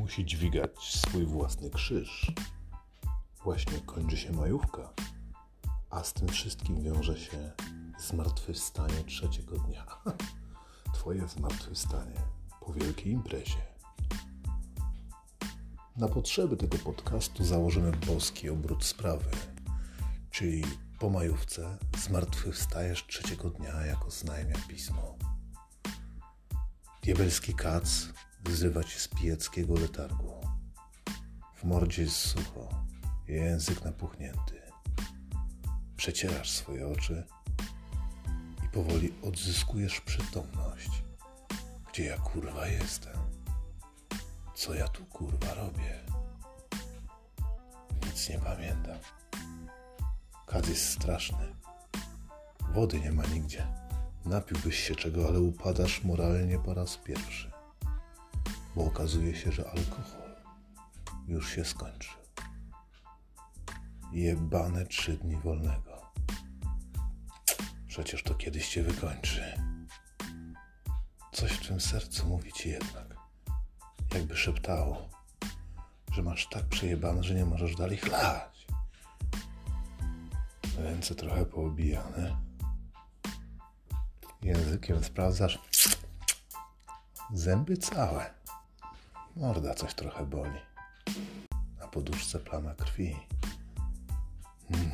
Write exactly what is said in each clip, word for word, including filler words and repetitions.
musi dźwigać swój własny krzyż. Właśnie kończy się majówka, a z tym wszystkim wiąże się zmartwychwstanie trzeciego dnia. Twoje zmartwychwstanie po wielkiej imprezie. Na potrzeby tego podcastu założymy boski obrót sprawy, czyli po majówce zmartwychwstajesz trzeciego dnia jako znajmia pismo. Diabelski kac zrywa cię z pijackiego letargu. W mordzie jest sucho, język napuchnięty. Przecierasz swoje oczy i powoli odzyskujesz przytomność. Gdzie ja kurwa jestem? Co ja tu kurwa robię? Nic nie pamiętam. Kac jest straszny. Wody nie ma nigdzie. Napiłbyś się czego, ale upadasz moralnie po raz pierwszy. Bo okazuje się, że alkohol już się skończył. Jebane trzy dni wolnego. Przecież to kiedyś cię wykończy. Coś w twym sercu mówi ci jednak, jakby szeptało, że masz tak przejebane, że nie możesz dalej chlać. Ręce trochę poobijane. Językiem sprawdzasz. Zęby całe. Morda coś trochę boli. Na poduszce plama krwi. Hmm.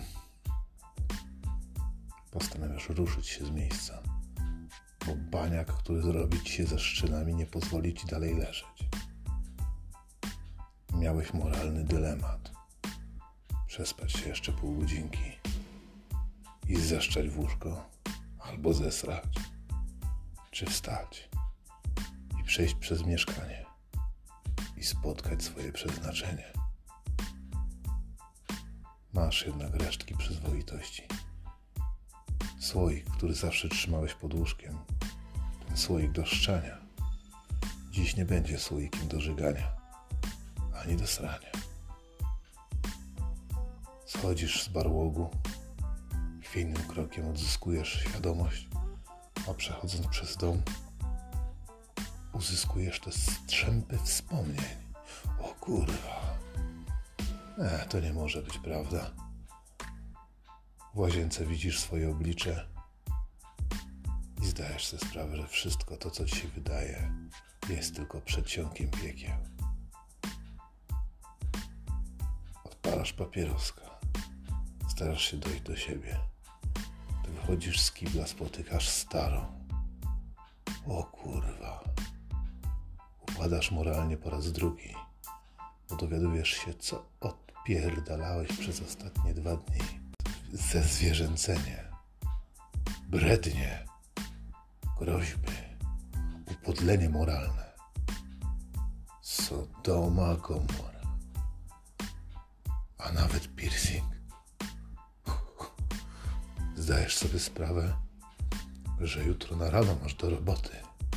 Postanawiasz ruszyć się z miejsca, bo baniak, który zrobi ci się ze szczynami, nie pozwoli ci dalej leżeć. Miałeś moralny dylemat. Przespać się jeszcze pół godzinki i zeszczeć w łóżko, albo zesrać, czy wstać i przejść przez mieszkanie i spotkać swoje przeznaczenie. Masz jednak resztki przyzwoitości. Słoik, który zawsze trzymałeś pod łóżkiem, ten słoik do szczania, dziś nie będzie słoikiem do żygania, ani do srania. Schodzisz z barłogu, chwiejnym krokiem odzyskujesz świadomość, a przechodząc przez dom, uzyskujesz te strzępy wspomnień. O kurwa, e, to nie może być prawda. W łazience widzisz swoje oblicze i zdajesz sobie sprawę, że wszystko to, co ci się wydaje, jest tylko przedsionkiem piekieł. Odpalasz papieroska, starasz się dojść do siebie. Ty wychodzisz z kibla, spotykasz starą. O kurwa. Upadasz moralnie po raz drugi, bo dowiadujesz się, co odpierdalałeś przez ostatnie dwa dni. Zezwierzęcenie, brednie, groźby, upodlenie moralne. Sodoma Gomora, a nawet piercing. Zdajesz sobie sprawę, że jutro na rano masz do roboty.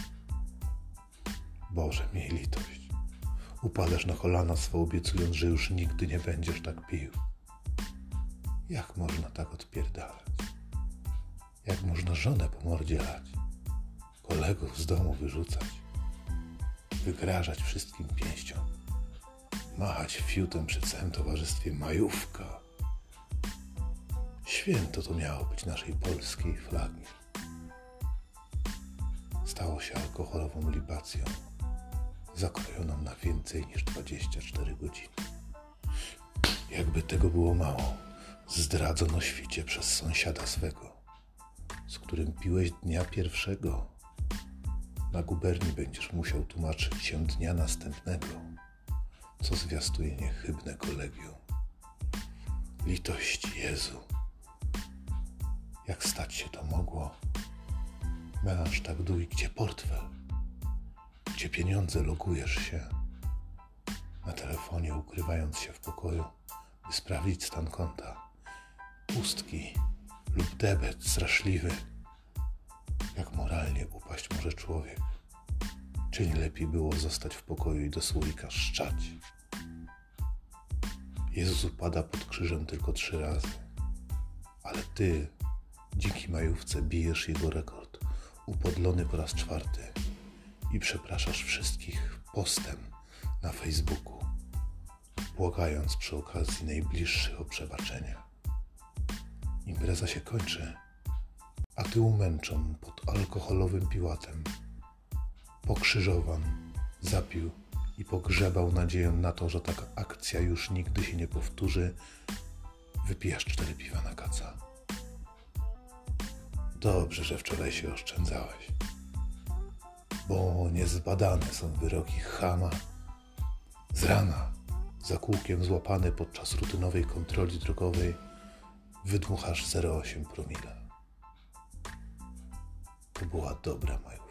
Boże, miej litość. Upadasz na kolana swą, obiecując, że już nigdy nie będziesz tak pił. Jak można tak odpierdalać? Jak można żonę po mordzie lać? Kolegów z domu wyrzucać? Wygrażać wszystkim pięścią? Machać fiutem przy całym towarzystwie? Majówka! Święto to miało być naszej polskiej flagi. Stało się alkoholową libacją, zakrojoną na więcej niż dwadzieścia cztery godziny. Jakby tego było mało, zdradzono świcie przez sąsiada swego, z którym piłeś dnia pierwszego. Na guberni będziesz musiał tłumaczyć się dnia następnego, co zwiastuje niechybne kolegium. Litość Jezu! Jak stać się to mogło? Melanż tak długi, gdzie portfel? Gdzie pieniądze? Logujesz się na telefonie, ukrywając się w pokoju, by sprawdzić stan konta. Pustki lub debet straszliwy. Jak moralnie upaść może człowiek? Czy nie lepiej było zostać w pokoju i do słoika szczać? Jezus upada pod krzyżem tylko trzy razy, ale ty dzięki majówce bijesz jego rekord, upodlony po raz czwarty i przepraszasz wszystkich postem na Facebooku, błagając przy okazji najbliższych o przebaczenie. Impreza się kończy, a ty umęczon pod alkoholowym piłatem, pokrzyżowan, zapił i pogrzebał nadzieję na to, że taka akcja już nigdy się nie powtórzy, wypijasz cztery piwa na kaca. Dobrze, że wczoraj się oszczędzałeś, bo niezbadane są wyroki chama. Z rana, za kółkiem złapany podczas rutynowej kontroli drogowej, wydmuchasz zero przecinek osiem promila. To była dobra moja